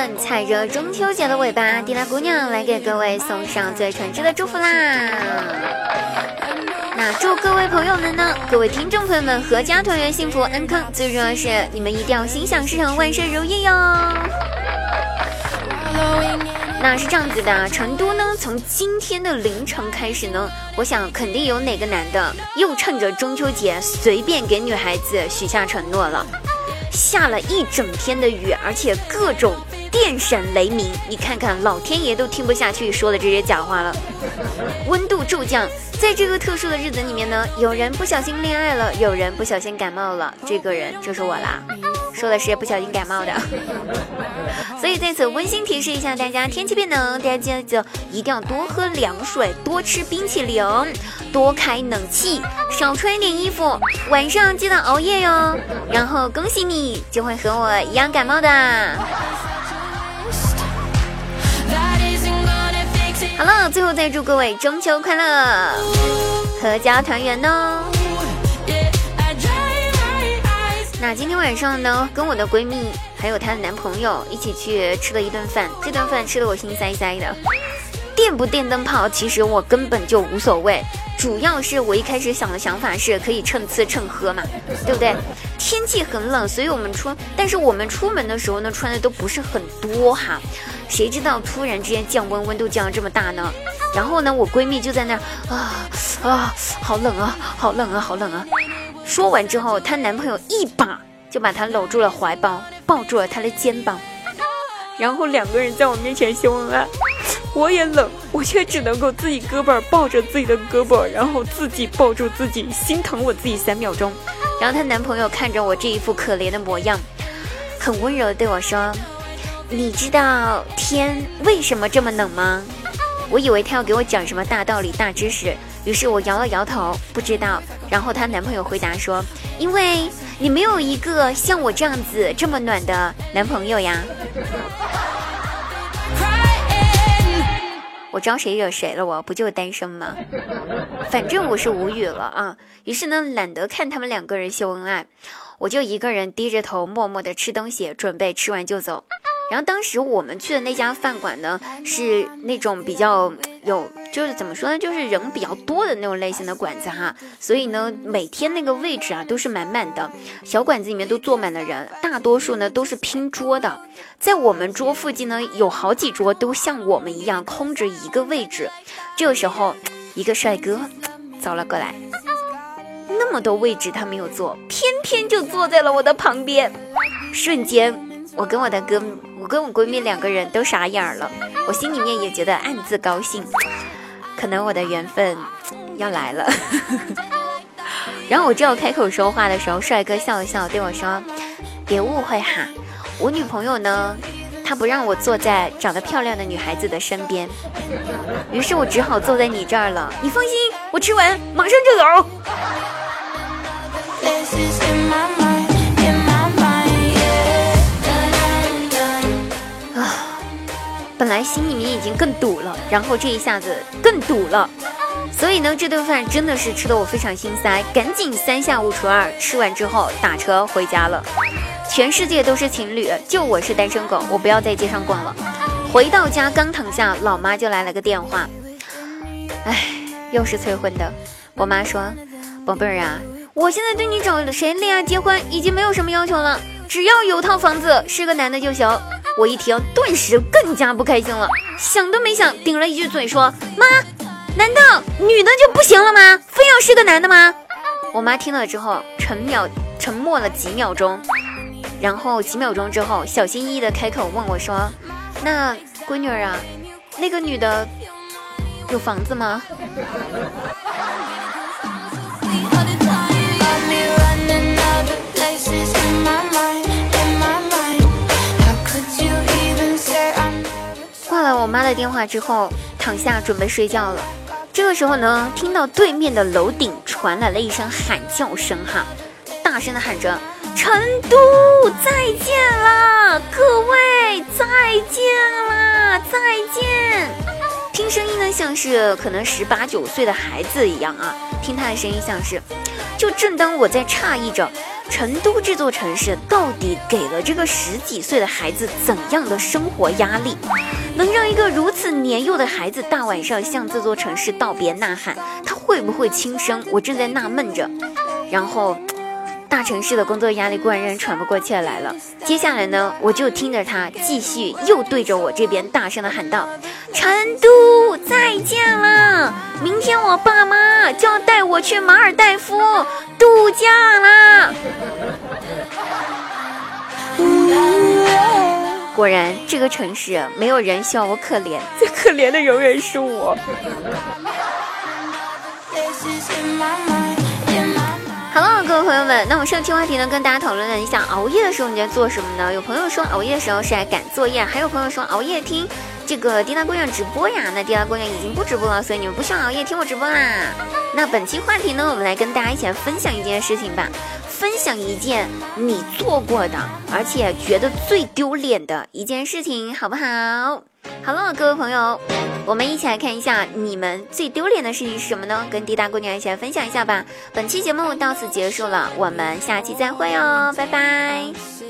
们，踩着中秋节的尾巴，迪拉姑娘来给各位送上最诚挚的祝福啦！那祝各位朋友们呢，各位听众朋友们阖家团圆幸福安康，最重要的是你们一定要心想事成，万事如意哟！那是这样子的，成都呢，从今天的凌晨开始呢，我想肯定有哪个男的又趁着中秋节随便给女孩子许下承诺了。下了一整天的雨，而且各种电闪雷鸣，你看看老天爷都听不下去说的这些假话了。温度骤降，在这个特殊的日子里面呢，有人不小心恋爱了，有人不小心感冒了，这个人就是我啦，说的是不小心感冒的。所以在此温馨提示一下大家，天气变冷，大家记得一定要多喝凉水，多吃冰淇淋，多开冷气，少穿一点衣服，晚上记得熬夜哟。然后恭喜你就会和我一样感冒的。好了，最后再祝各位中秋快乐，阖家团圆哦。那今天晚上呢，跟我的闺蜜还有她的男朋友一起去吃了一顿饭，这顿饭吃得我心塞塞的。电不电灯泡其实我根本就无所谓，主要是我一开始想的想法是可以趁吃趁喝嘛，对不对？天气很冷，所以但是我们出门的时候呢，穿的都不是很多哈，谁知道突然之间温度降得这么大呢？然后呢，我闺蜜就在那儿好冷啊，好冷啊，好冷啊。说完之后，她男朋友一把就把她搂住了怀抱，抱住了她的肩膀，然后两个人在我面前秀恩爱。我也冷，我却只能够自己胳膊抱着自己的胳膊，然后自己抱住自己，心疼我自己3秒钟。然后她男朋友看着我这一副可怜的模样，很温柔地对我说：“你知道天为什么这么冷吗？”我以为她要给我讲什么大道理大知识，于是我摇了摇头，不知道。然后她男朋友回答说：“因为你没有一个像我这样子这么暖的男朋友呀。”我招谁惹谁了？我不就是单身吗？反正我是无语了啊。于是呢，懒得看他们两个人秀恩爱，我就一个人低着头默默的吃东西，准备吃完就走。然后当时我们去的那家饭馆呢，是那种比较就是怎么说呢，就是人比较多的那种类型的馆子哈，所以呢，每天那个位置啊都是满满的，小馆子里面都坐满了人，大多数呢都是拼桌的，在我们桌附近呢有好几桌都像我们一样空着一个位置。这个时候，一个帅哥走了过来，那么多位置他没有坐，偏偏就坐在了我的旁边，瞬间。我跟我闺蜜两个人都傻眼了，我心里面也觉得暗自高兴，可能我的缘分要来了。然后我只有开口说话的时候，帅哥笑了笑对我说：“别误会哈，我女朋友呢，她不让我坐在长得漂亮的女孩子的身边，于是我只好坐在你这儿了。你放心，我吃完马上就走。”本来心里面已经更堵了，然后这一下子更堵了，所以呢，这顿饭真的是吃得我非常心塞，赶紧3下5除2，吃完之后打车回家了。全世界都是情侣，就我是单身狗，我不要在街上逛了。回到家刚躺下，老妈就来了个电话，又是催婚的。我妈说：“宝贝儿啊，我现在对你找谁恋爱结婚已经没有什么要求了，只要有套房子，是个男的就行。”我一听，顿时更加不开心了，想都没想，顶了一句嘴说：“妈，难道女的就不行了吗？非要是个男的吗？”我妈听了之后，沉默了几秒钟，然后几秒钟之后，小心翼翼的开口问我说：“那闺女儿啊，那个女的有房子吗？”挂了我妈的电话之后，躺下准备睡觉了。这个时候呢，听到对面的楼顶传来了一声喊叫声哈，大声的喊着：“成都再见啦，各位再见啦，再见！”听声音呢，像是可能18、19岁的孩子一样啊。听他的声音像是，就正当我在诧异着成都这座城市到底给了这个10几岁的孩子怎样的生活压力，能让一个如此年幼的孩子大晚上向这座城市道别呐喊？他会不会轻生？我正在纳闷着。然后大城市的工作压力固然让人喘不过气来了，接下来呢，我就听着他继续又对着我这边大声的喊道：成都再见了，明天我爸妈就要带我去马尔代夫度假啦。果然这个城市没有人笑我可怜，最可怜的永远是我。好了，各位朋友们，那我上期话题呢，跟大家讨论了一下熬夜的时候你在做什么呢？有朋友说熬夜的时候是在赶作业，还有朋友说熬夜听这个滴答姑娘直播呀。那滴答姑娘已经不直播了，所以你们不需要熬夜听我直播啦。那本期话题呢，我们来跟大家一起来分享一件事情吧，分享一件你做过的而且觉得最丢脸的一件事情，好不好？好了，各位朋友，我们一起来看一下你们最丢脸的事情是什么呢？跟滴答姑娘一起来分享一下吧。本期节目到此结束了，我们下期再会哦，拜拜。